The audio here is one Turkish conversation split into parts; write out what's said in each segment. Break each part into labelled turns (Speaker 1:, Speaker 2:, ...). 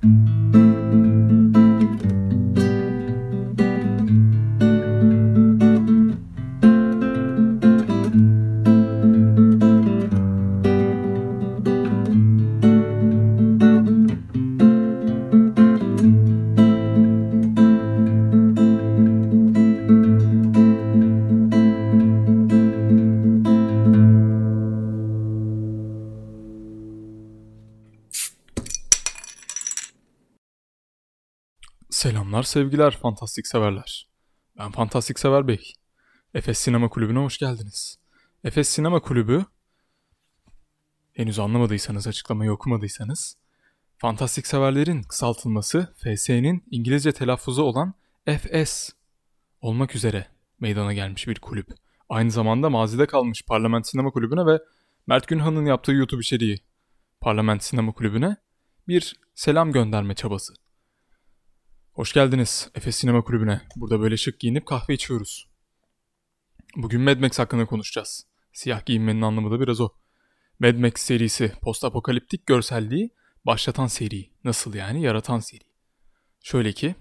Speaker 1: Selamlar sevgiler fantastik severler. Ben Fantastik Sever Bey. Efes Sinema Kulübü'ne hoş geldiniz. Efes Sinema Kulübü, henüz anlamadıysanız, açıklamayı okumadıysanız, fantastik severlerin kısaltılması FS'nin İngilizce telaffuzu olan FS olmak üzere meydana gelmiş bir kulüp. Aynı zamanda mazide kalmış Parlament Sinema Kulübü'ne ve Mert Günhan'ın yaptığı YouTube içeriği Parlament Sinema Kulübü'ne bir selam gönderme çabası. Hoş geldiniz Efes Sinema Kulübü'ne. Burada böyle şık giyinip kahve içiyoruz. Bugün Mad Max hakkında konuşacağız. Siyah giyinmenin anlamı da biraz o. Mad Max serisi post apokaliptik görselliği başlatan seri. Nasıl yani? Yaratan seri. Şöyle ki,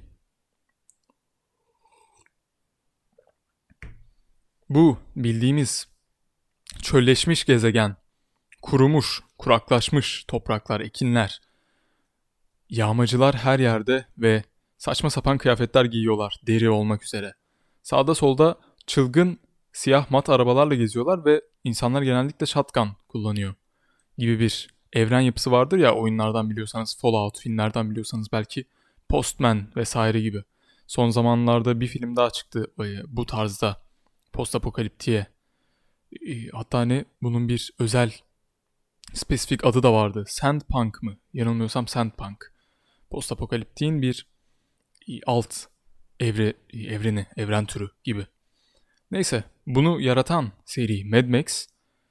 Speaker 1: bu bildiğimiz çölleşmiş gezegen, kurumuş, kuraklaşmış topraklar, ekinler, yağmacılar her yerde ve saçma sapan kıyafetler giyiyorlar, deri olmak üzere. Sağda solda çılgın siyah mat arabalarla geziyorlar ve insanlar genellikle shotgun kullanıyor gibi bir evren yapısı vardır ya, oyunlardan biliyorsanız, Fallout, filmlerden biliyorsanız belki Postman vesaire gibi. Son zamanlarda bir film daha çıktı bu tarzda post apokaliptiğe. Hatta ne, bunun bir özel spesifik adı da vardı. Sandpunk mı? Yanılmıyorsam Sandpunk. Post apokaliptiğin bir alt evren türü gibi. Neyse, bunu yaratan seri Mad Max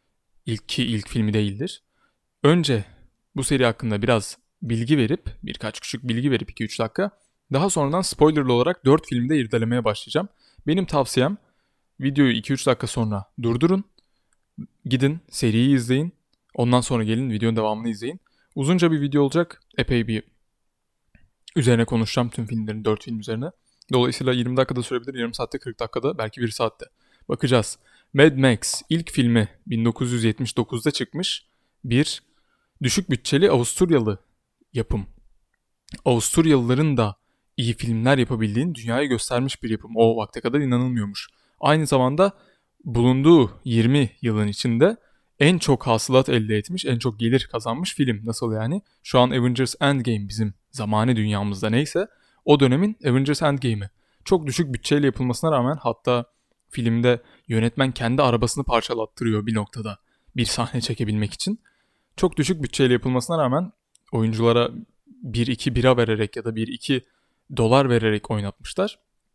Speaker 1: ilk filmi değildir. Önce bu seri hakkında biraz bilgi verip, birkaç küçük bilgi verip 2-3 dakika, daha sonradan spoilerlı olarak 4 filmde irdelemeye başlayacağım. Benim tavsiyem, videoyu 2-3 dakika sonra durdurun, gidin seriyi izleyin, ondan sonra gelin videonun devamını izleyin. Uzunca bir video olacak, epey bir üzerine konuşacağım tüm filmlerin, 4 film üzerine. Dolayısıyla 20 dakikada sürebilir, yarım saatte, 40 dakikada, belki 1 saatte. Bakacağız. Mad Max ilk filmi 1979'da çıkmış bir düşük bütçeli Avusturyalı yapım. Avusturyalıların da iyi filmler yapabildiğini dünyaya göstermiş bir yapım. O vakte kadar inanılmıyormuş. Aynı zamanda bulunduğu 20 yılın içinde en çok hasılat elde etmiş, en çok gelir kazanmış film. Nasıl yani? Şu an Avengers Endgame bizim zamane dünyamızda neyse, o dönemin Avengers Endgame'i. Çok düşük bütçeyle yapılmasına rağmen, hatta filmde yönetmen kendi arabasını parçalattırıyor bir noktada bir sahne çekebilmek için. Çok düşük bütçeyle yapılmasına rağmen oyunculara 1-2 bira vererek ya da 1-2 dolar vererek oynatmışlar.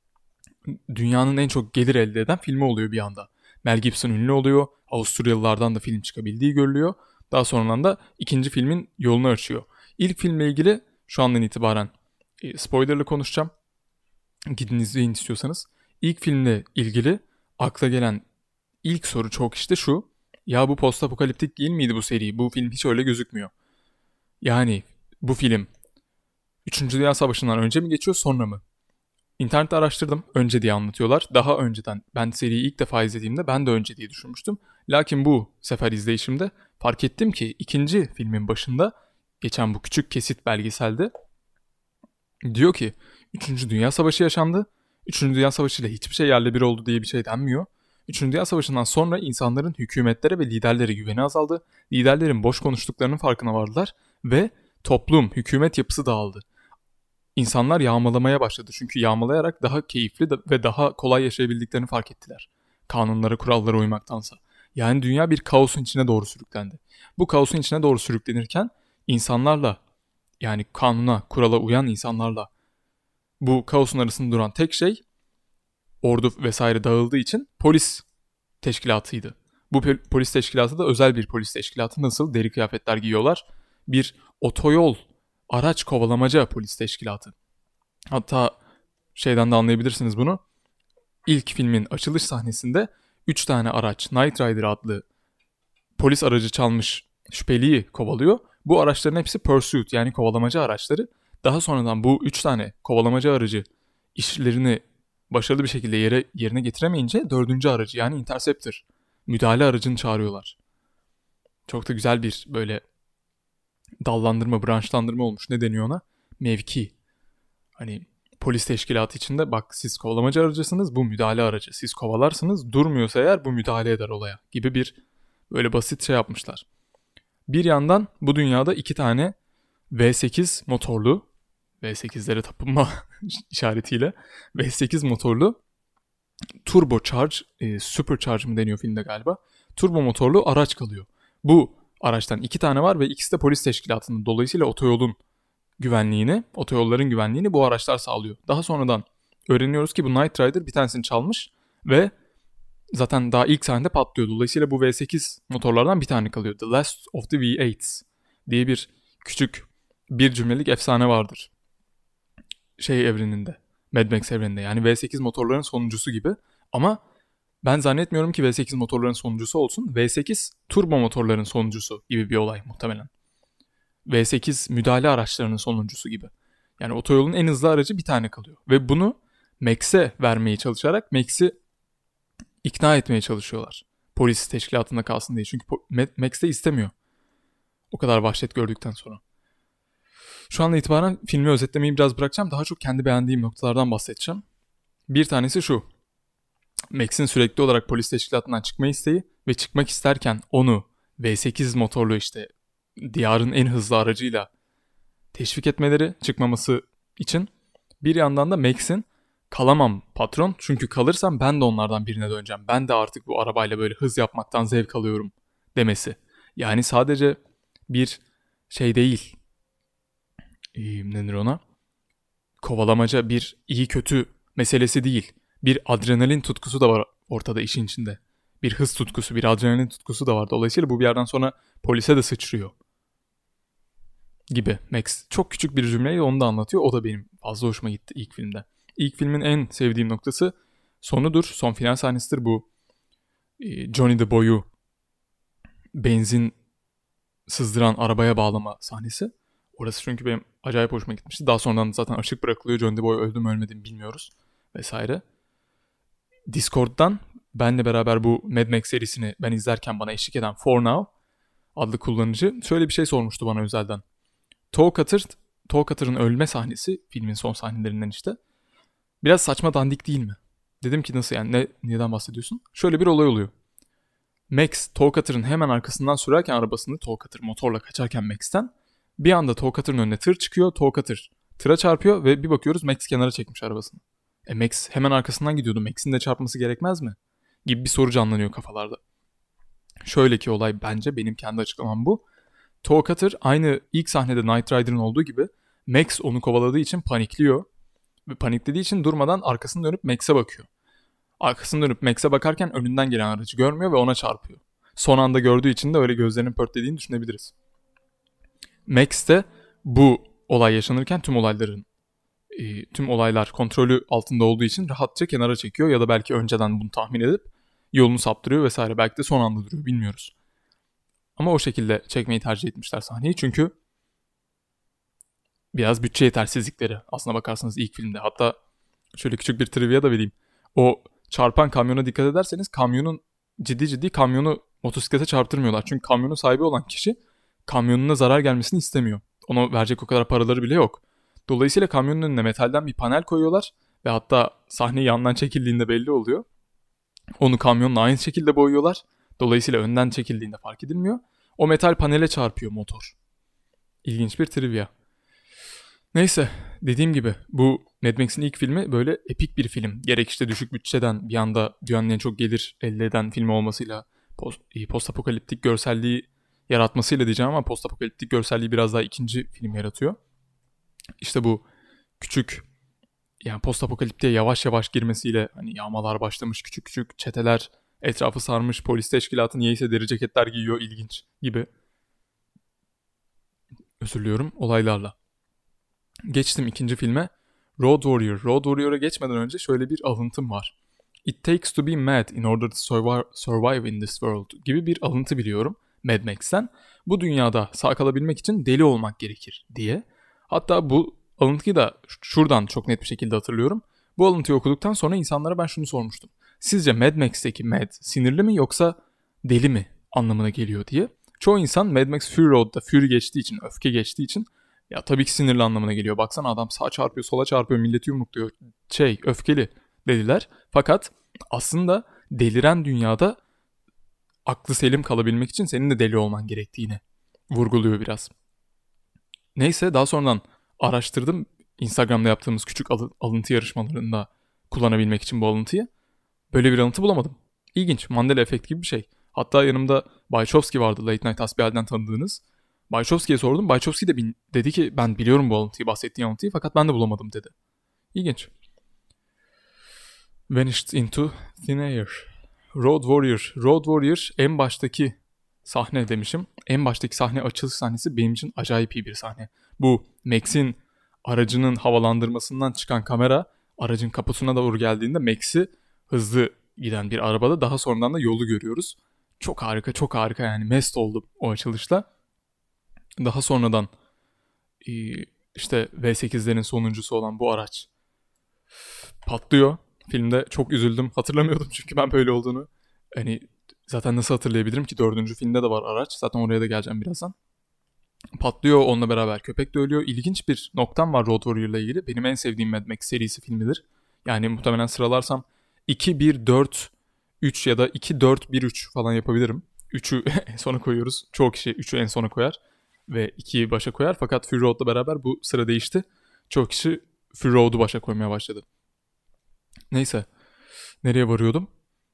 Speaker 1: Dünyanın en çok gelir elde eden filmi oluyor bir anda. Mel Gibson ünlü oluyor. Avusturyalılardan da film çıkabildiği görülüyor. Daha sonradan da ikinci filmin yolunu açıyor. İlk filmle ilgili şu andan itibaren spoilerlı konuşacağım. Gidin izleyin istiyorsanız. İlk filmle ilgili akla gelen ilk soru çok işte şu. Ya bu post apokaliptik değil miydi bu seri? Bu film hiç öyle gözükmüyor. Yani bu film 3. Dünya Savaşı'ndan önce mi geçiyor, sonra mı? İnternette araştırdım. Önce diye anlatıyorlar. Daha önceden, ben seriyi ilk defa izlediğimde ben de önce diye düşünmüştüm. Lakin bu sefer izleyişimde fark ettim ki ikinci filmin başında geçen bu küçük kesit belgeselde diyor ki 3. Dünya Savaşı yaşandı. 3. Dünya Savaşı ile hiçbir şey yerle bir oldu diye bir şey denmiyor. 3. Dünya Savaşı'ndan sonra insanların hükümetlere ve liderlere güveni azaldı. Liderlerin boş konuştuklarının farkına vardılar ve toplum, hükümet yapısı dağıldı. İnsanlar yağmalamaya başladı. Çünkü yağmalayarak daha keyifli ve daha kolay yaşayabildiklerini fark ettiler. Kanunlara, kurallara uymaktansa. Yani dünya bir kaosun içine doğru sürüklendi. Bu kaosun içine doğru sürüklenirken insanlarla, yani kanuna, kurala uyan insanlarla bu kaosun arasında duran tek şey, ordu vesaire dağıldığı için polis teşkilatıydı. Bu polis teşkilatı da özel bir polis teşkilatı. Nasıl? Deri kıyafetler giyiyorlar. Bir otoyol, araç kovalamaca polis teşkilatı. Hatta şeyden de anlayabilirsiniz bunu. İlk filmin açılış sahnesinde 3 tane araç, Knight Rider adlı polis aracı çalmış şüpheliyi kovalıyor. Bu araçların hepsi pursuit, yani kovalamaca araçları. Daha sonradan bu 3 tane kovalamacı aracı işlerini başarılı bir şekilde yerine getiremeyince 4. aracı yani Interceptor müdahale aracını çağırıyorlar. Çok da güzel bir böyle dallandırma, branşlandırma olmuş. Ne deniyor ona? Mevki. Hani polis teşkilatı içinde bak siz kovalamacı aracısınız, bu müdahale aracı. Siz kovalarsınız, durmuyorsa eğer bu müdahale eder olaya gibi bir böyle basit şey yapmışlar. Bir yandan bu dünyada 2 tane V8 motorlu, V8'lere tapınma işaretiyle V8 motorlu turbocharge, supercharge mı deniyor filmde galiba. Turbo motorlu araç kalıyor. Bu araçtan 2 tane var ve ikisi de polis teşkilatının. Dolayısıyla otoyolların güvenliğini bu araçlar sağlıyor. Daha sonradan öğreniyoruz ki bu Knight Rider bir tanesini çalmış ve zaten daha ilk sahnede patlıyor. Dolayısıyla bu V8 motorlardan bir tane kalıyor. The Last of the V8 diye bir küçük bir cümlelik efsane vardır. Evreninde. Mad Max evreninde. Yani V8 motorların sonuncusu gibi. Ama ben zannetmiyorum ki V8 motorların sonuncusu olsun. V8 turbo motorların sonuncusu gibi bir olay muhtemelen. V8 müdahale araçlarının sonuncusu gibi. Yani otoyolun en hızlı aracı bir tane kalıyor. Ve bunu Max'e vermeye çalışarak Max'i ikna etmeye çalışıyorlar. Polis teşkilatında kalsın diye. Çünkü Max de istemiyor. O kadar vahşet gördükten sonra. Şu andan itibaren filmi özetlemeyi biraz bırakacağım. Daha çok kendi beğendiğim noktalardan bahsedeceğim. Bir tanesi şu. Max'in sürekli olarak polis teşkilatından çıkma isteği ve çıkmak isterken onu V8 motorlu diyarın en hızlı aracıyla teşvik etmeleri çıkmaması için. Bir yandan da Max'in kalamam patron çünkü kalırsam ben de onlardan birine döneceğim. Ben de artık bu arabayla böyle hız yapmaktan zevk alıyorum demesi. Yani sadece bir değil. Nedir ona? Kovalamaca bir iyi kötü meselesi değil. Bir adrenalin tutkusu da var ortada işin içinde. Bir hız tutkusu, bir adrenalin tutkusu da var. Dolayısıyla bu bir yerden sonra polise de sıçrıyor. Gibi. Max çok küçük bir cümleyle onu da anlatıyor. O da benim fazla hoşuma gitti ilk filmde. İlk filmin en sevdiğim noktası sonudur. Son final sahnesidir bu. Johnny the Boy'u benzin sızdıran arabaya bağlama sahnesi. Orası çünkü benim acayip hoşuma gitmişti. Daha sonradan zaten açık bırakılıyor. Johnny the Boy öldü mü ölmedi mi bilmiyoruz. Vesaire. Discord'dan benle beraber bu Mad Max serisini ben izlerken bana eşlik eden For Now adlı kullanıcı şöyle bir şey sormuştu bana özelden. Tow-Cutter'ın ölme sahnesi filmin son sahnelerinden işte. Biraz saçma dandik değil mi? Dedim ki nasıl yani neden bahsediyorsun? Şöyle bir olay oluyor. Max Tow-Cutter'ın hemen arkasından sürerken arabasını Tow-Cutter motorla kaçarken Max'ten bir anda Tow-Cutter'ın önüne tır çıkıyor. Tow-Cutter tıra çarpıyor ve bir bakıyoruz Max kenara çekmiş arabasını. Max hemen arkasından gidiyordu. Max'in de çarpması gerekmez mi? Gibi bir soru canlanıyor kafalarda. Şöyle ki olay bence benim kendi açıklamam bu. Tow-Cutter aynı ilk sahnede Knight Rider'ın olduğu gibi Max onu kovaladığı için panikliyor. Ve paniklediği için durmadan arkasını dönüp Max'e bakıyor. Arkasını dönüp Max'e bakarken önünden gelen aracı görmüyor ve ona çarpıyor. Son anda gördüğü için de öyle gözlerinin pörtlediğini düşünebiliriz. Max de bu olay yaşanırken tüm olaylar kontrolü altında olduğu için rahatça kenara çekiyor ya da belki önceden bunu tahmin edip yolunu saptırıyor vesaire. Belki de son anda duruyor bilmiyoruz. Ama o şekilde çekmeyi tercih etmişler sahneyi çünkü biraz bütçe yetersizlikleri aslına bakarsanız ilk filmde. Hatta şöyle küçük bir trivia da vereyim. O çarpan kamyona dikkat ederseniz ciddi kamyonu motosiklete çarptırmıyorlar. Çünkü kamyonun sahibi olan kişi kamyonuna zarar gelmesini istemiyor. Ona verecek o kadar paraları bile yok. Dolayısıyla kamyonun önüne metalden bir panel koyuyorlar ve hatta sahne yandan çekildiğinde belli oluyor. Onu kamyonla aynı şekilde boyuyorlar. Dolayısıyla önden çekildiğinde fark edilmiyor. O metal panele çarpıyor motor. İlginç bir trivia. Neyse dediğim gibi bu Mad Max'in ilk filmi böyle epik bir film. Gerek düşük bütçeden bir anda dünyanın en çok gelir elde eden filmi olmasıyla post-apokaliptik görselliği yaratmasıyla diyeceğim ama post-apokaliptik görselliği biraz daha ikinci film yaratıyor. İşte bu küçük yani post-apokaliptiğe yavaş yavaş girmesiyle hani yağmalar başlamış küçük çeteler etrafı sarmış polis teşkilatı niyeyse deri ceketler giyiyor ilginç gibi. Özür diliyorum olaylarla. Geçtim ikinci filme. Road Warrior. Road Warrior'a geçmeden önce şöyle bir alıntım var. It takes to be mad in order to survive in this world gibi bir alıntı biliyorum Mad Max'ten. Bu dünyada sağ kalabilmek için deli olmak gerekir diye. Hatta bu alıntıyı da şuradan çok net bir şekilde hatırlıyorum. Bu alıntıyı okuduktan sonra insanlara ben şunu sormuştum. Sizce Mad Max'teki Mad sinirli mi yoksa deli mi anlamına geliyor diye. Çoğu insan Mad Max Fury Road'da Fury geçtiği için, öfke geçtiği için ya tabii ki sinirli anlamına geliyor. Baksana adam sağa çarpıyor, sola çarpıyor, milleti yumrukluyor. Öfkeli dediler. Fakat aslında deliren dünyada aklı selim kalabilmek için senin de deli olman gerektiğini vurguluyor biraz. Neyse daha sonradan araştırdım. Instagram'da yaptığımız küçük alıntı yarışmalarında kullanabilmek için bu alıntıyı. Böyle bir alıntı bulamadım. İlginç. Mandela efekt gibi bir şey. Hatta yanımda Bayçovski vardı. Late Night Hasbihal'den tanıdığınız. Bayçovski'ye sordum. Bayçovski de dedi ki ben biliyorum bu alıntıyı, bahsettiğin alıntıyı fakat ben de bulamadım dedi. İlginç. Vanished into Thin Air. Road Warrior. Road Warrior en baştaki sahne demişim. En baştaki sahne, açılış sahnesi benim için acayip iyi bir sahne. Bu Max'in aracının havalandırmasından çıkan kamera aracın kapısına doğru geldiğinde Max'i hızlı giden bir arabada daha sonradan da yolu görüyoruz. Çok harika, çok harika, yani mest oldum o açılışla. Daha sonradan işte V8'lerin sonuncusu olan bu araç patlıyor. Filmde çok üzüldüm. Hatırlamıyordum çünkü ben böyle olduğunu. Hani zaten nasıl hatırlayabilirim ki, 4. filmde de var araç. Zaten oraya da geleceğim birazdan. Patlıyor, onunla beraber köpek de ölüyor. İlginç bir noktam var Road Warrior'la ilgili. Benim en sevdiğim Mad Max serisi filmidir. Yani muhtemelen sıralarsam 2, 1, 4, 3 ya da 2, 4, 1, 3 falan yapabilirim. 3'ü en sona koyuyoruz. Çoğu kişi 3'ü en sona koyar ve 2'yi başa koyar. Fakat Fury Road'la beraber bu sıra değişti. Çoğu kişi Fury Road'u başa koymaya başladı. Neyse. Nereye varıyordum?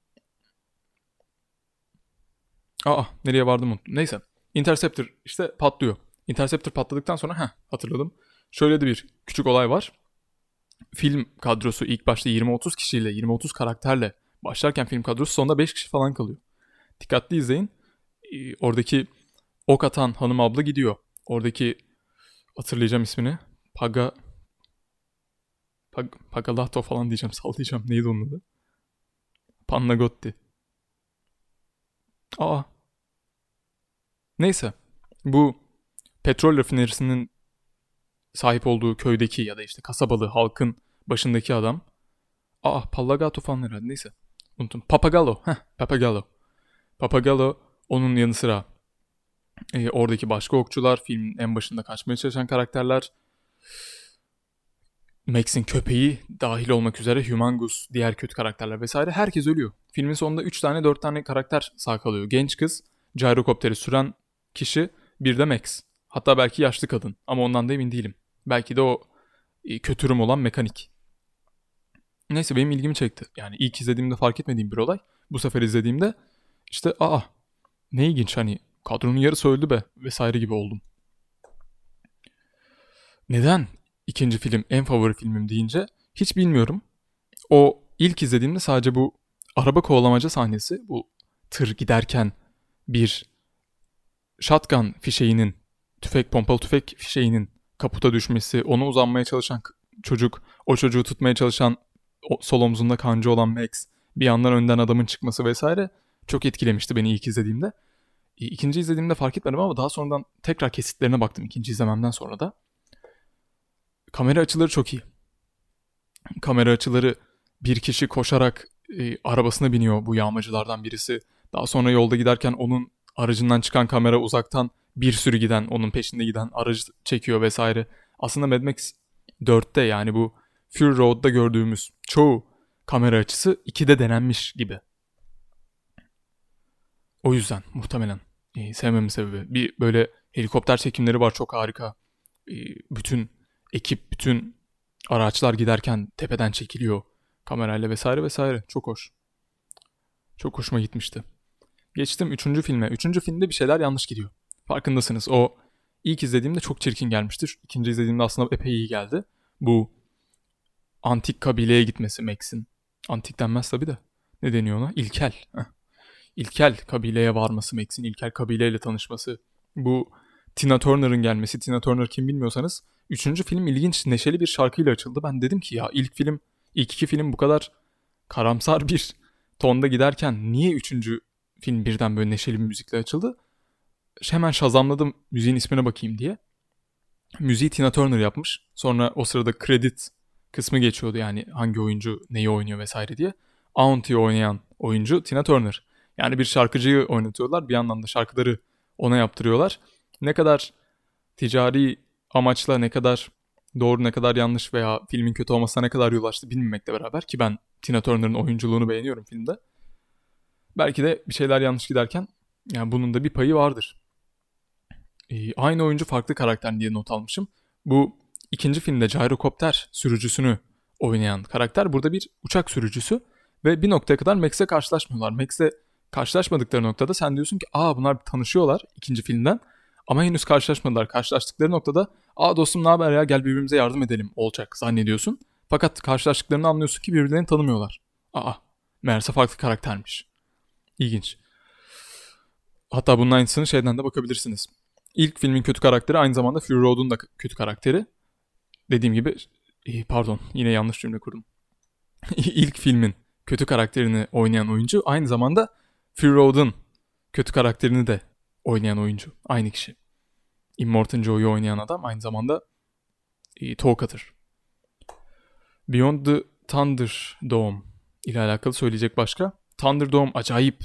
Speaker 1: Nereye vardım unuttum. Neyse. Interceptor işte patlıyor. Interceptor patladıktan sonra hatırladım. Şöyle de bir küçük olay var. Film kadrosu ilk başta 20-30 kişiyle, 20-30 karakterle başlarken film kadrosu sonunda 5 kişi falan kalıyor. Dikkatli izleyin. Oradaki ok atan hanım abla gidiyor. Oradaki, hatırlayacağım ismini. Pagalato falan diyeceğim, sallayacağım. Neydi onun adı? Pannagotti. Neyse. Bu petrol rafinerisinin sahip olduğu köydeki ya da işte kasabalı halkın başındaki adam. Pallagato falan herhalde, neyse. Unuttum. Papagallo. Papagallo. Papagallo, onun yanı sıra oradaki başka okçular, filmin en başında kaçmaya çalışan karakterler, Max'in köpeği dahil olmak üzere Humangus, diğer kötü karakterler vesaire, herkes ölüyor. Filmin sonunda 3 tane 4 tane karakter sağ kalıyor. Genç kız, gyrokopteri süren kişi, bir de Max. Hatta belki yaşlı kadın ama ondan da emin değilim. Belki de o kötürüm olan mekanik. Neyse, benim ilgimi çekti. Yani ilk izlediğimde fark etmediğim bir olay. Bu sefer izlediğimde işte ne ilginç, hani kadronun yarısı öldü be vesaire gibi oldum. Neden ikinci film en favori filmim deyince hiç bilmiyorum. O ilk izlediğimde sadece bu araba kovalamaca sahnesi, bu tır giderken bir shotgun fişeğinin, pompalı tüfek fişeğinin kaputa düşmesi, ona uzanmaya çalışan çocuk, o çocuğu tutmaya çalışan, sol omzunda kanca olan Max, bir yandan önden adamın çıkması vesaire çok etkilemişti beni ilk izlediğimde. İkinci izlediğimde fark etmedim ama daha sonradan tekrar kesitlerine baktım ikinci izlememden sonra da. Kamera açıları çok iyi. Kamera açıları, bir kişi koşarak arabasına biniyor, bu yağmacılardan birisi. Daha sonra yolda giderken onun aracından çıkan kamera uzaktan bir sürü giden, onun peşinde giden aracı çekiyor vesaire. Aslında Mad Max 4'te, yani bu Fury Road'da gördüğümüz çoğu kamera açısı 2'de denenmiş gibi. O yüzden muhtemelen sevmemin sebebi. Bir böyle helikopter çekimleri var, çok harika. Bütün ekip, bütün araçlar giderken tepeden çekiliyor kamerayla vesaire vesaire. Çok hoş. Çok hoşuma gitmişti. Geçtim 3. filme. 3. filmde bir şeyler yanlış gidiyor. Farkındasınız. O ilk izlediğimde çok çirkin gelmiştir. İkinci izlediğimde aslında epey iyi geldi. Bu antik kabileye gitmesi Max'in. Antik denmez tabii de. Ne deniyor ona? İlkel. İlkel kabileye varması Max'in. İlkel kabileyle tanışması. Bu Tina Turner'ın gelmesi. Tina Turner kim bilmiyorsanız. 3. film ilginç, neşeli bir şarkıyla açıldı. Ben dedim ki ya ilk 2 film bu kadar karamsar bir tonda giderken niye 3. film birden böyle neşeli bir müzikle açıldı? Hemen şazamladım müziğin ismine bakayım diye. Müziği Tina Turner yapmış. Sonra o sırada credit kısmı geçiyordu, yani hangi oyuncu neyi oynuyor vesaire diye. Auntie oynayan oyuncu Tina Turner. Yani bir şarkıcıyı oynatıyorlar, bir yandan da şarkıları ona yaptırıyorlar. Ne kadar ticari amaçla, ne kadar doğru ne kadar yanlış veya filmin kötü olmasına ne kadar yol açtı bilmemekle beraber, ki ben Tina Turner'ın oyunculuğunu beğeniyorum filmde. Belki de bir şeyler yanlış giderken yani bunun da bir payı vardır. Aynı oyuncu farklı karakter diye not almışım. Bu ikinci filmde gyrokopter sürücüsünü oynayan karakter burada bir uçak sürücüsü ve bir noktaya kadar Max'e karşılaşmıyorlar. Max'e karşılaşmadıkları noktada sen diyorsun ki bunlar tanışıyorlar ikinci filmden ama henüz karşılaşmadılar. Karşılaştıkları noktada dostum ne haber ya, gel birbirimize yardım edelim olacak zannediyorsun. Fakat karşılaştıklarını anlıyorsun ki birbirlerini tanımıyorlar. Meğerse farklı karaktermiş. İlginç. Hatta bunun aynısını şeyden de bakabilirsiniz. İlk filmin kötü karakteri aynı zamanda Fury Road'un da kötü karakteri. Dediğim gibi pardon, yine yanlış cümle kurdum. İlk filmin kötü karakterini oynayan oyuncu aynı zamanda Fury Road'un kötü karakterini de oynayan oyuncu. Aynı kişi. Immortan Joe'yu oynayan adam aynı zamanda Toe Cutter. Beyond the Thunderdome ile alakalı söyleyecek başka. Thunderdome acayip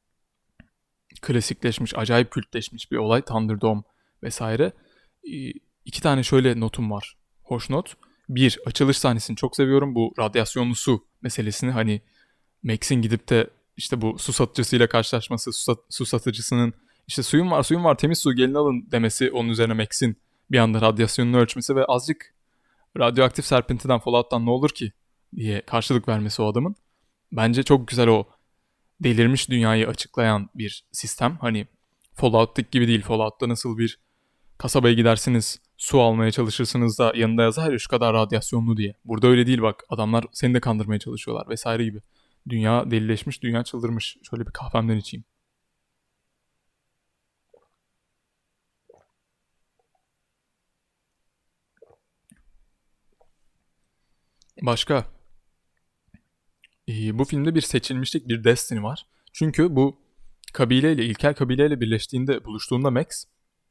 Speaker 1: klasikleşmiş, acayip kültleşmiş bir olay. Thunderdome vesaire. İki tane şöyle notum var. Hoş not. Bir, açılış sahnesini çok seviyorum. Bu radyasyonlu su meselesini, hani Max'in gidip de işte bu su satıcısıyla karşılaşması, su satıcısının işte suyum var temiz su gelin alın demesi, onun üzerine Max'in bir anda radyasyonunu ölçmesi ve azıcık radyoaktif serpintiden, Fallout'tan ne olur ki diye karşılık vermesi o adamın. Bence çok güzel, o delirmiş dünyayı açıklayan bir sistem. Hani Fallout'taki gibi değil. Fallout'ta nasıl bir kasabaya gidersiniz, su almaya çalışırsınız da yanında yazar ya şu kadar radyasyonlu diye. Burada öyle değil bak. Adamlar seni de kandırmaya çalışıyorlar vesaire gibi. Dünya delileşmiş, dünya çıldırmış. Şöyle bir kahvemden içeyim. Başka? Bu filmde bir seçilmişlik, bir destiny var. Çünkü bu ilkel kabileyle buluştuğunda Max,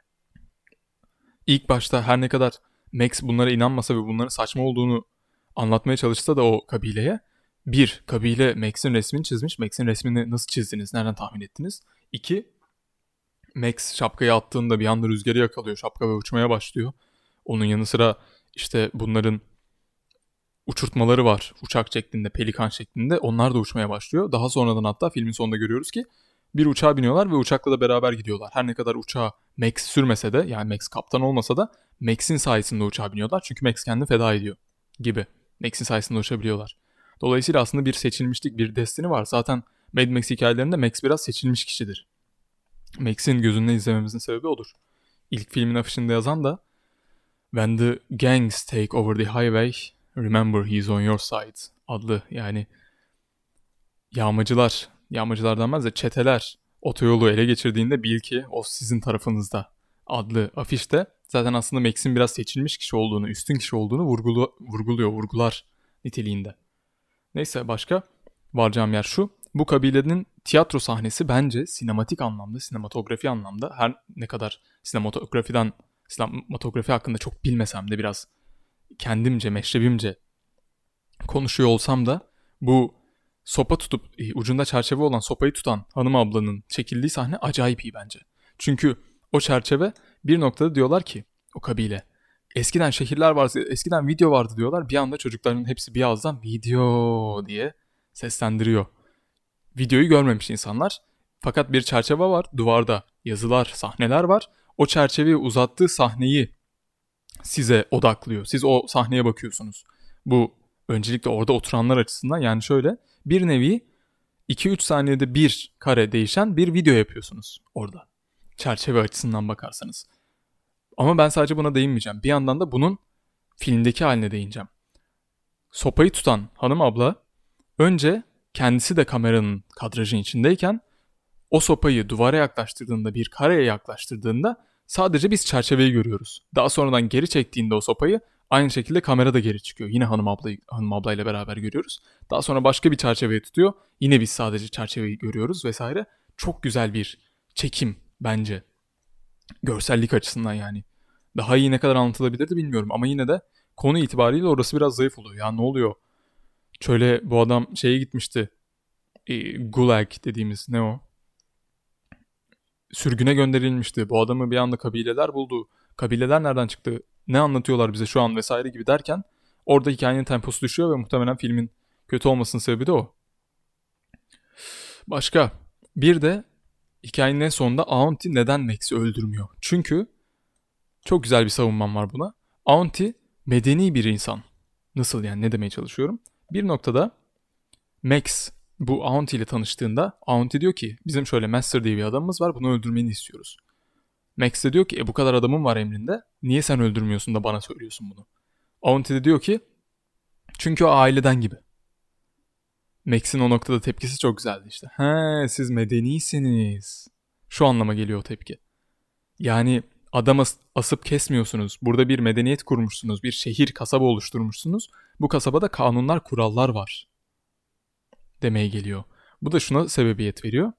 Speaker 1: ilk başta her ne kadar Max bunlara inanmasa ve bunların saçma olduğunu anlatmaya çalışsa da o kabileye, bir, kabile Max'in resmini çizmiş. Max'in resmini nasıl çizdiniz? Nereden tahmin ettiniz? İki, Max şapkayı attığında bir anda rüzgarı yakalıyor. Şapka ve uçmaya başlıyor. Onun yanı sıra işte bunların uçurtmaları var. Uçak şeklinde, pelikan şeklinde. Onlar da uçmaya başlıyor. Daha sonradan hatta filmin sonunda görüyoruz ki bir uçağa biniyorlar ve uçakla da beraber gidiyorlar. Her ne kadar uçağı Max sürmese de, yani Max kaptan olmasa da Max'in sayesinde uçağa biniyorlar. Çünkü Max kendini feda ediyor gibi. Max'in sayesinde uçabiliyorlar. Dolayısıyla aslında bir seçilmişlik, bir destini var. Zaten Mad Max hikayelerinde Max biraz seçilmiş kişidir. Max'in gözünden izlememizin sebebi odur. İlk filmin afişinde yazan da "When the gangs take over the highway, remember he's on your side" adlı, yani yağmacılar denmez de çeteler otoyolu ele geçirdiğinde bil ki o sizin tarafınızda adlı afişte zaten aslında Max'in biraz seçilmiş kişi olduğunu, üstün kişi olduğunu vurgular niteliğinde. Neyse, başka varacağım yer şu. Bu kabilenin tiyatro sahnesi bence sinematik anlamda, sinematografi anlamda, her ne kadar sinematografi hakkında çok bilmesem de biraz kendimce, meşrebimce konuşuyor olsam da bu sopa tutup ucunda çerçeve olan sopayı tutan hanım ablanın çekildiği sahne acayip iyi bence. Çünkü o çerçeve bir noktada diyorlar ki o kabile, eskiden şehirler vardı, eskiden video vardı diyorlar. Bir anda çocukların hepsi bir ağızdan video diye seslendiriyor. Videoyu görmemiş insanlar. Fakat bir çerçeve var, duvarda yazılar, sahneler var. O çerçeveyi uzattığı sahneyi size odaklıyor. Siz o sahneye bakıyorsunuz. Bu öncelikle orada oturanlar açısından, yani şöyle bir nevi 2-3 saniyede bir kare değişen bir video yapıyorsunuz orada. Çerçeve açısından bakarsanız. Ama ben sadece buna değinmeyeceğim. Bir yandan da bunun filmdeki haline değineceğim. Sopayı tutan hanım abla önce kendisi de kameranın kadrajın içindeyken o sopayı duvara yaklaştırdığında, bir kareye yaklaştırdığında sadece biz çerçeveyi görüyoruz. Daha sonradan geri çektiğinde o sopayı aynı şekilde kamera da geri çıkıyor. Yine hanım ablayla beraber görüyoruz. Daha sonra başka bir çerçeveyi tutuyor. Yine biz sadece çerçeveyi görüyoruz vesaire. Çok güzel bir çekim bence. Görsellik açısından yani. Daha iyi ne kadar anlatılabilirdi bilmiyorum ama yine de konu itibariyle orası biraz zayıf oluyor. Ya ne oluyor? Şöyle bu adam şeye gitmişti. Gulag dediğimiz ne o? Sürgüne gönderilmişti. Bu adamı bir anda kabileler buldu. Kabileler nereden çıktı? Ne anlatıyorlar bize şu an vesaire gibi derken orada hikayenin temposu düşüyor ve muhtemelen filmin kötü olmasının sebebi de o. Başka. Bir de hikayenin en sonunda Auntie neden Max'i öldürmüyor? Çünkü çok güzel bir savunmam var buna. Auntie medeni bir insan. Nasıl yani, ne demeye çalışıyorum? Bir noktada Max bu Auntie ile tanıştığında Auntie diyor ki bizim şöyle Master diye bir adamımız var, bunu öldürmeni istiyoruz. Max de diyor ki bu kadar adamın var emrinde, niye sen öldürmüyorsun da bana söylüyorsun bunu? Auntie de diyor ki çünkü o aileden gibi. Max'in o noktada tepkisi çok güzeldi işte. He, siz medenisiniz. Şu anlama geliyor o tepki. Yani adam asıp kesmiyorsunuz. Burada bir medeniyet kurmuşsunuz. Bir şehir, kasaba oluşturmuşsunuz. Bu kasabada kanunlar, kurallar var. Demeye geliyor. Bu da şuna sebebiyet veriyor.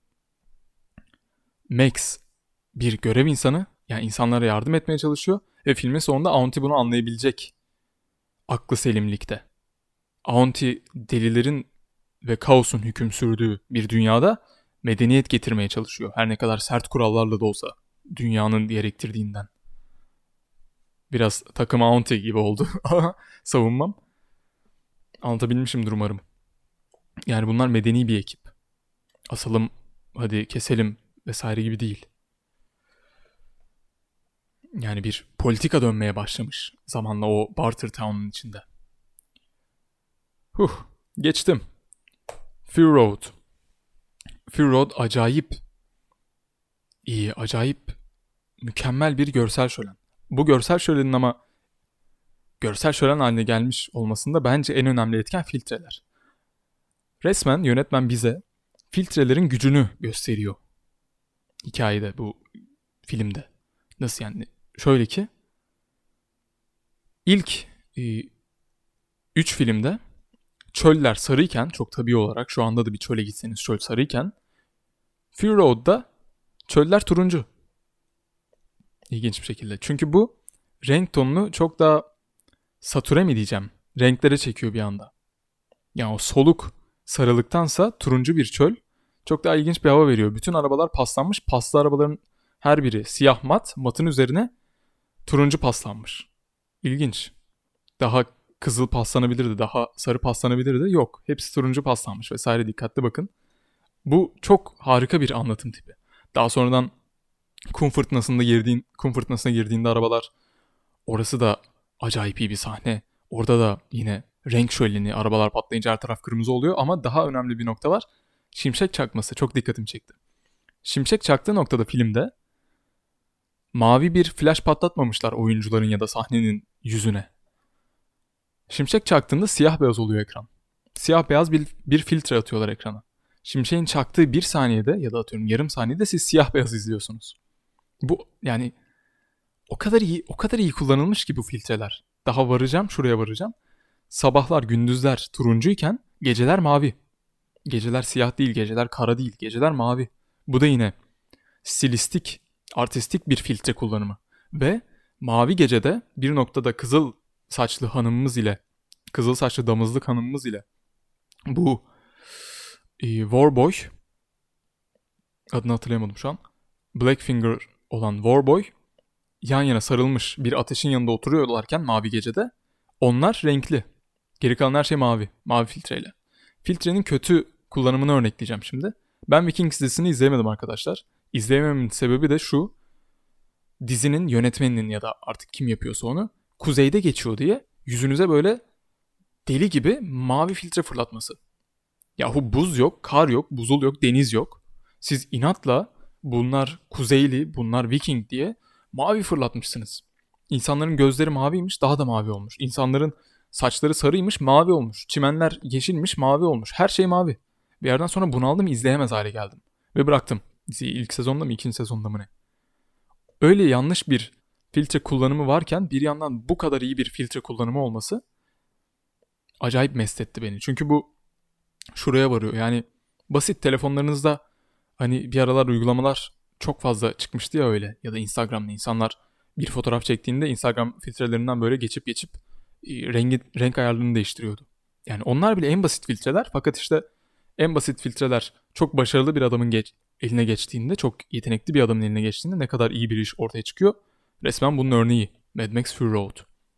Speaker 1: Max bir görev insanı. Yani insanlara yardım etmeye çalışıyor. Ve filmin sonunda Auntie bunu anlayabilecek. Aklı selimlikte. Auntie delilerin ve kaosun hüküm sürdüğü bir dünyada medeniyet getirmeye çalışıyor. Her ne kadar sert kurallarla da olsa dünyanın gerektirdiğinden. Biraz takım Auntie gibi oldu savunmam. Anlatabilmişimdir umarım. Yani bunlar medeni bir ekip. Asalım, hadi keselim vesaire gibi değil. Yani bir politika dönmeye başlamış zamanla o Barter Town'un içinde. Geçtim. Fury Road. Fury Road acayip iyi, acayip mükemmel bir görsel şölen. Bu görsel şölenin ama görsel şölen haline gelmiş olmasında bence en önemli etken filtreler. Resmen yönetmen bize filtrelerin gücünü gösteriyor hikayede, bu filmde. Nasıl yani? Şöyle ki ilk 3 filmde çöller sarıyken, çok tabii olarak şu anda da bir çöle gitseniz çöl sarıyken, Fury Road'da çöller turuncu. İlginç bir şekilde. Çünkü bu renk tonunu çok daha satüre mi diyeceğim? Renklere çekiyor bir anda. Yani o soluk sarılıktansa turuncu bir çöl çok daha ilginç bir hava veriyor. Bütün arabalar paslanmış. Paslı arabaların her biri siyah mat. Matın üzerine turuncu paslanmış. İlginç. Daha kızıl paslanabilirdi. Daha sarı paslanabilirdi. Yok. Hepsi turuncu paslanmış vesaire. Dikkatli bakın. Bu çok harika bir anlatım tipi. Daha sonradan kum fırtınasına girdiğinde arabalar, orası da acayip iyi bir sahne. Orada da yine renk şöleni, arabalar patlayınca her taraf kırmızı oluyor ama daha önemli bir nokta var. Şimşek çakması çok dikkatimi çekti. Şimşek çaktığı noktada filmde mavi bir flash patlatmamışlar oyuncuların ya da sahnenin yüzüne. Şimşek çaktığında siyah beyaz oluyor ekran. Siyah beyaz bir filtre atıyorlar ekrana. Şimşeğin çaktığı bir saniyede ya da atıyorum yarım saniyede siz siyah beyaz izliyorsunuz. Bu yani o kadar iyi kullanılmış ki bu filtreler. Daha varacağım, şuraya varacağım. Sabahlar, gündüzler turuncuyken geceler mavi. Geceler siyah değil, geceler kara değil, geceler mavi. Bu da yine stilistik, artistik bir filtre kullanımı. Ve mavi gecede bir noktada kızıl saçlı hanımımız ile, kızıl saçlı damızlık hanımımız ile bu Warboy, adını hatırlayamadım şu an, Blackfinger olan Warboy yan yana sarılmış bir ateşin yanında oturuyorlarken mavi gecede onlar renkli. Geri kalan her şey mavi. Mavi filtreyle. Filtrenin kötü kullanımını örnekleyeceğim şimdi. Ben Vikings dizisini izleyemedim arkadaşlar. İzleyemememin sebebi de şu. Dizinin yönetmeninin ya da artık kim yapıyorsa onu kuzeyde geçiyor diye yüzünüze böyle deli gibi mavi filtre fırlatması. Yahu buz yok, kar yok, buzul yok, deniz yok. Siz inatla bunlar kuzeyli, bunlar Viking diye mavi fırlatmışsınız. İnsanların gözleri maviymiş, daha da mavi olmuş. İnsanların saçları sarıymış, mavi olmuş. Çimenler yeşilmiş, mavi olmuş. Her şey mavi. Bir yerden sonra bunaldım, izleyemez hale geldim. Ve bıraktım. Diziyi ilk sezonda mı, ikinci sezonda mı ne? Öyle yanlış bir filtre kullanımı varken bir yandan bu kadar iyi bir filtre kullanımı olması acayip mest etti beni. Çünkü bu şuraya varıyor. Yani basit telefonlarınızda hani bir aralar uygulamalar çok fazla çıkmıştı ya öyle. Ya da Instagram'da insanlar bir fotoğraf çektiğinde Instagram filtrelerinden böyle geçip renk ayarlarını değiştiriyordu. Yani onlar bile en basit filtreler, fakat işte en basit filtreler çok başarılı bir adamın eline geçtiğinde, çok yetenekli bir adamın eline geçtiğinde ne kadar iyi bir iş ortaya çıkıyor. Resmen bunun örneği Mad Max Fury Road.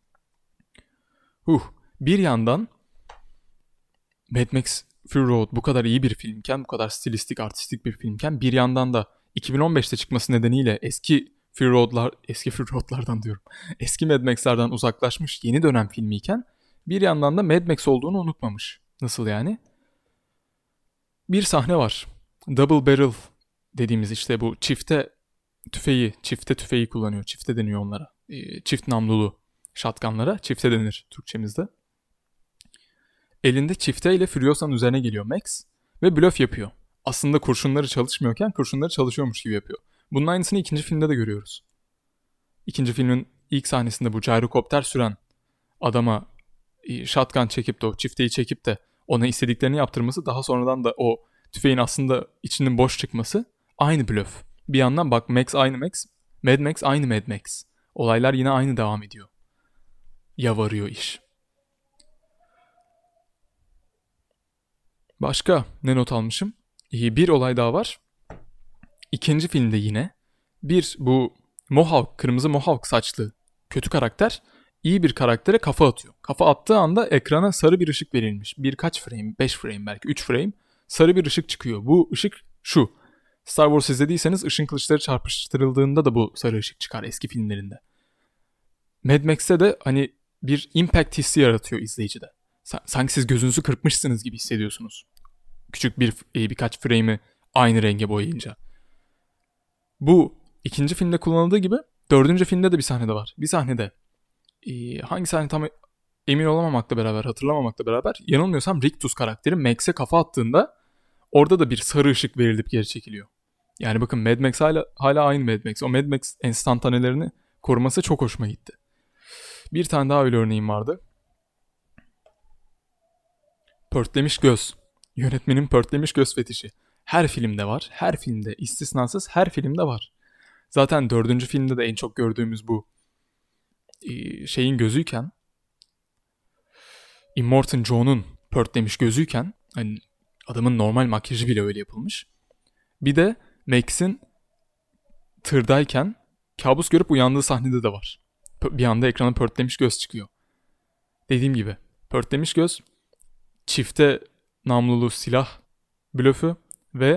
Speaker 1: Bir yandan Mad Max Fury Road bu kadar iyi bir filmken, bu kadar stilistik, artistik bir filmken, bir yandan da 2015'te çıkması nedeniyle eski Fury Road'lardan diyorum. Eski Mad Max'lerden uzaklaşmış yeni dönem filmiyken, bir yandan da Mad Max olduğunu unutmamış. Nasıl yani? Bir sahne var. Double barrel dediğimiz işte bu çifte tüfeği kullanıyor. Çifte deniyor onlara. Çift namlulu shotgunlara çifte denir Türkçemizde. Elinde çifteyle Furiosa'nın üzerine geliyor Max ve blöf yapıyor. Aslında kurşunları çalışmıyorken kurşunları çalışıyormuş gibi yapıyor. Bunun aynısını ikinci filmde de görüyoruz. İkinci filmin ilk sahnesinde bu gyrokopter süren adama shotgun çekip de o çifteyi çekip de ona istediklerini yaptırması, daha sonradan da o tüfeğin aslında içinin boş çıkması aynı blöf. Bir yandan bak, Max aynı Max, Mad Max aynı Mad Max. Olaylar yine aynı devam ediyor. Yavarıyor iş. Başka ne not almışım? Bir olay daha var. İkinci filmde yine bu kırmızı mohawk saçlı kötü karakter iyi bir karaktere kafa atıyor. Kafa attığı anda ekrana sarı bir ışık verilmiş. Birkaç frame, 5 frame, belki 3 frame sarı bir ışık çıkıyor. Bu ışık şu. Star Wars izlediyseniz ışın kılıçları çarpıştırıldığında da bu sarı ışık çıkar eski filmlerinde. Mad Max'te de hani bir impact hissi yaratıyor izleyicide. Sanki siz gözünüzü kırpmışsınız gibi hissediyorsunuz. Küçük birkaç frame'i aynı renge boyayınca. Bu ikinci filmde kullanıldığı gibi dördüncü filmde de bir sahnede var. Bir sahnede hangi sahne tam emin hatırlamamakla beraber yanılmıyorsam Rictus karakteri Max'e kafa attığında orada da bir sarı ışık verilip geri çekiliyor. Yani bakın, Mad Max hala aynı Mad Max. O Mad Max enstantanelerini koruması çok hoşuma gitti. Bir tane daha öyle örneğim vardı. Pörtlemiş göz. Yönetmenin pörtlemiş göz fetişi. Her filmde var. Her filmde, istisnasız her filmde var. Zaten dördüncü filmde de en çok gördüğümüz bu şeyin gözüyken, Immortan Joe'nun pörtlemiş gözüyken, hani adamın normal makyajı bile öyle yapılmış. Bir de Max'in tırdayken kabus görüp uyandığı sahnede de var. Bir anda ekrana pörtlemiş göz çıkıyor. Dediğim gibi pörtlemiş göz, çifte namlulu silah blöfü ve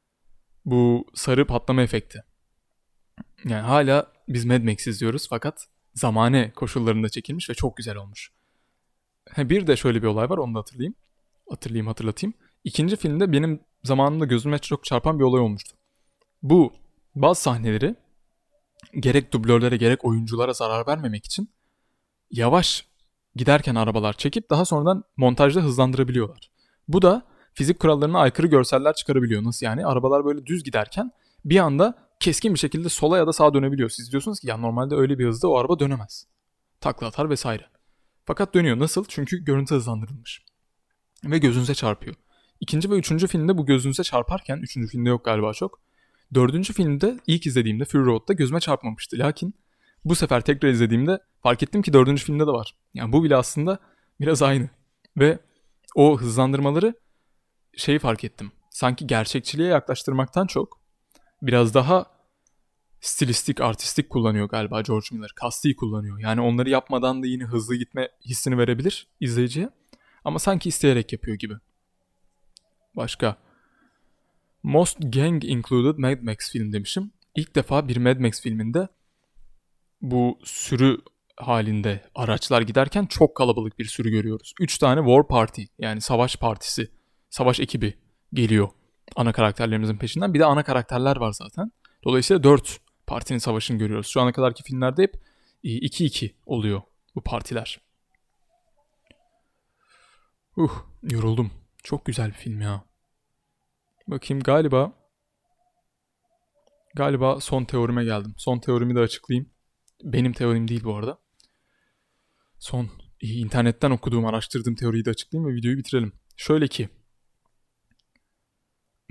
Speaker 1: bu sarı patlama efekti. Yani hala biz Mad Max izliyoruz, fakat zamane koşullarında çekilmiş ve çok güzel olmuş. Bir de şöyle bir olay var, onu da hatırlatayım. İkinci filmde benim zamanımda gözüme çok çarpan bir olay olmuştu. Bu bazı sahneleri gerek dublörlere gerek oyunculara zarar vermemek için yavaş giderken arabalar çekip daha sonradan montajda hızlandırabiliyorlar. Bu da fizik kurallarına aykırı görseller çıkarabiliyor. Nasıl yani? Arabalar böyle düz giderken bir anda keskin bir şekilde sola ya da sağa dönebiliyor. Siz diyorsunuz ki ya normalde öyle bir hızda o araba dönemez. Takla atar vesaire. Fakat dönüyor. Nasıl? Çünkü görüntü hızlandırılmış. Ve gözünüze çarpıyor. İkinci ve üçüncü filmde bu gözünüze çarparken, üçüncü filmde yok galiba çok. Dördüncü filmde ilk izlediğimde Fury Road'da gözüme çarpmamıştı. Lakin bu sefer tekrar izlediğimde fark ettim ki dördüncü filmde de var. Yani bu bile aslında biraz aynı. Ve o hızlandırmaları fark ettim. Sanki gerçekçiliğe yaklaştırmaktan çok biraz daha stilistik, artistik kullanıyor galiba George Miller. Kasti kullanıyor. Yani onları yapmadan da yine hızlı gitme hissini verebilir izleyiciye. Ama sanki isteyerek yapıyor gibi. Başka. Most Gang Included Mad Max film demişim. İlk defa bir Mad Max filminde bu sürü halinde araçlar giderken çok kalabalık bir sürü görüyoruz. 3 tane War Party, yani savaş partisi, savaş ekibi geliyor ana karakterlerimizin peşinden. Bir de ana karakterler var zaten. Dolayısıyla 4 partinin savaşını görüyoruz. Şu ana kadarki filmlerde hep 2-2 oluyor bu partiler. Yoruldum. Çok güzel bir film ya. Bakayım, galiba son teorime geldim. Son teorimi de açıklayayım. Benim teorim değil bu arada. Son internetten araştırdığım teoriyi de açıklayayım ve videoyu bitirelim. Şöyle ki,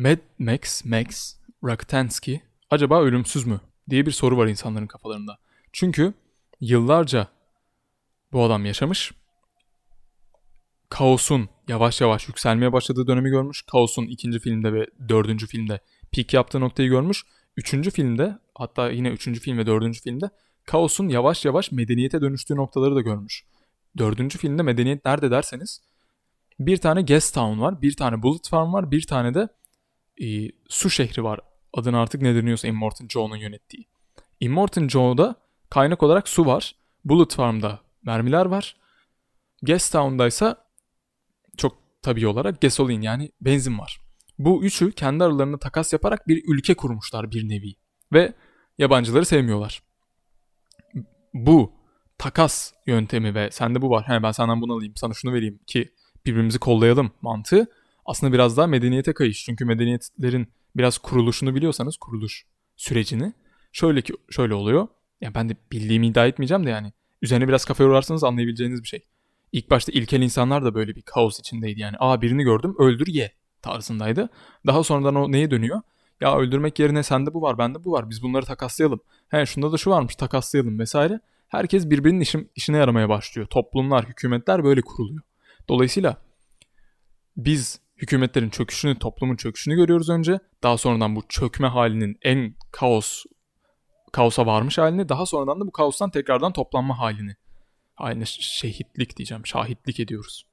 Speaker 1: Max Rakitansky acaba ölümsüz mü diye bir soru var insanların kafalarında. Çünkü yıllarca bu adam yaşamış. Kaos'un yavaş yavaş yükselmeye başladığı dönemi görmüş. Kaos'un ikinci filmde ve dördüncü filmde peak yaptığı noktayı görmüş. Üçüncü filmde, hatta yine üçüncü film ve dördüncü filmde Kaos'un yavaş yavaş medeniyete dönüştüğü noktaları da görmüş. Dördüncü filmde medeniyet nerede derseniz bir tane Guest Town var, bir tane Bullet Farm var, bir tane de su şehri var. Adını artık ne deniyorsa Immortan Joe'nun yönettiği. Immortan Joe'da kaynak olarak su var. Bullet Farm'da mermiler var. Guest Town'da ise çok tabii olarak gasolin yani benzin var. Bu üçü kendi aralarında takas yaparak bir ülke kurmuşlar bir nevi. Ve yabancıları sevmiyorlar. Bu takas yöntemi ve sende bu var. He, ben senden bunu alayım, sana şunu vereyim ki birbirimizi kollayalım mantığı aslında biraz daha medeniyete kayış. Çünkü medeniyetlerin biraz kuruluşunu biliyorsanız, kuruluş sürecini şöyle oluyor. Ya ben de bildiğimi iddia etmeyeceğim de yani üzerine biraz kafa yorarsanız anlayabileceğiniz bir şey. İlk başta ilkel insanlar da böyle bir kaos içindeydi yani. Birini gördüm öldür ye tarzındaydı. Daha sonradan o neye dönüyor? Ya öldürmek yerine sende bu var bende bu var biz bunları takaslayalım. He şunda da şu varmış takaslayalım vesaire. Herkes birbirinin işine yaramaya başlıyor. Toplumlar, hükümetler böyle kuruluyor. Dolayısıyla biz hükümetlerin çöküşünü, toplumun çöküşünü görüyoruz önce. Daha sonradan bu çökme halinin en kaosa varmış halini, daha sonradan da bu kaostan tekrardan toplanma halini. Aynı şehitlik diyeceğim, şahitlik ediyoruz.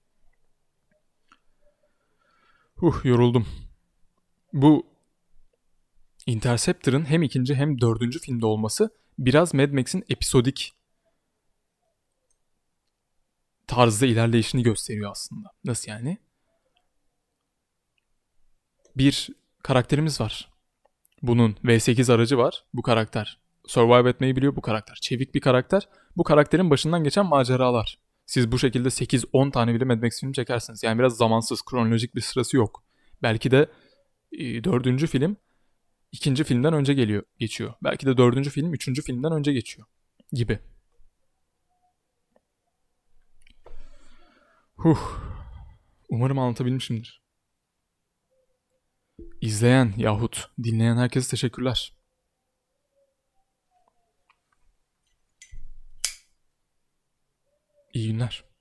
Speaker 1: Yoruldum. Bu Interceptor'ın hem ikinci hem dördüncü filmde olması biraz Mad Max'in episodik tarzda ilerleyişini gösteriyor aslında. Nasıl yani? Bir karakterimiz var. Bunun V8 aracı var. Bu karakter survive etmeyi biliyor bu karakter. Çevik bir karakter. Bu karakterin başından geçen maceralar. Siz bu şekilde 8-10 tane bile Mad Max filmi çekersiniz. Yani biraz zamansız, kronolojik bir sırası yok. Belki de dördüncü film ikinci filmden önce geçiyor. Belki de dördüncü film üçüncü filmden önce geçiyor gibi. Umarım anlatabilmişimdir. İzleyen yahut dinleyen herkese teşekkürler. İyi günler.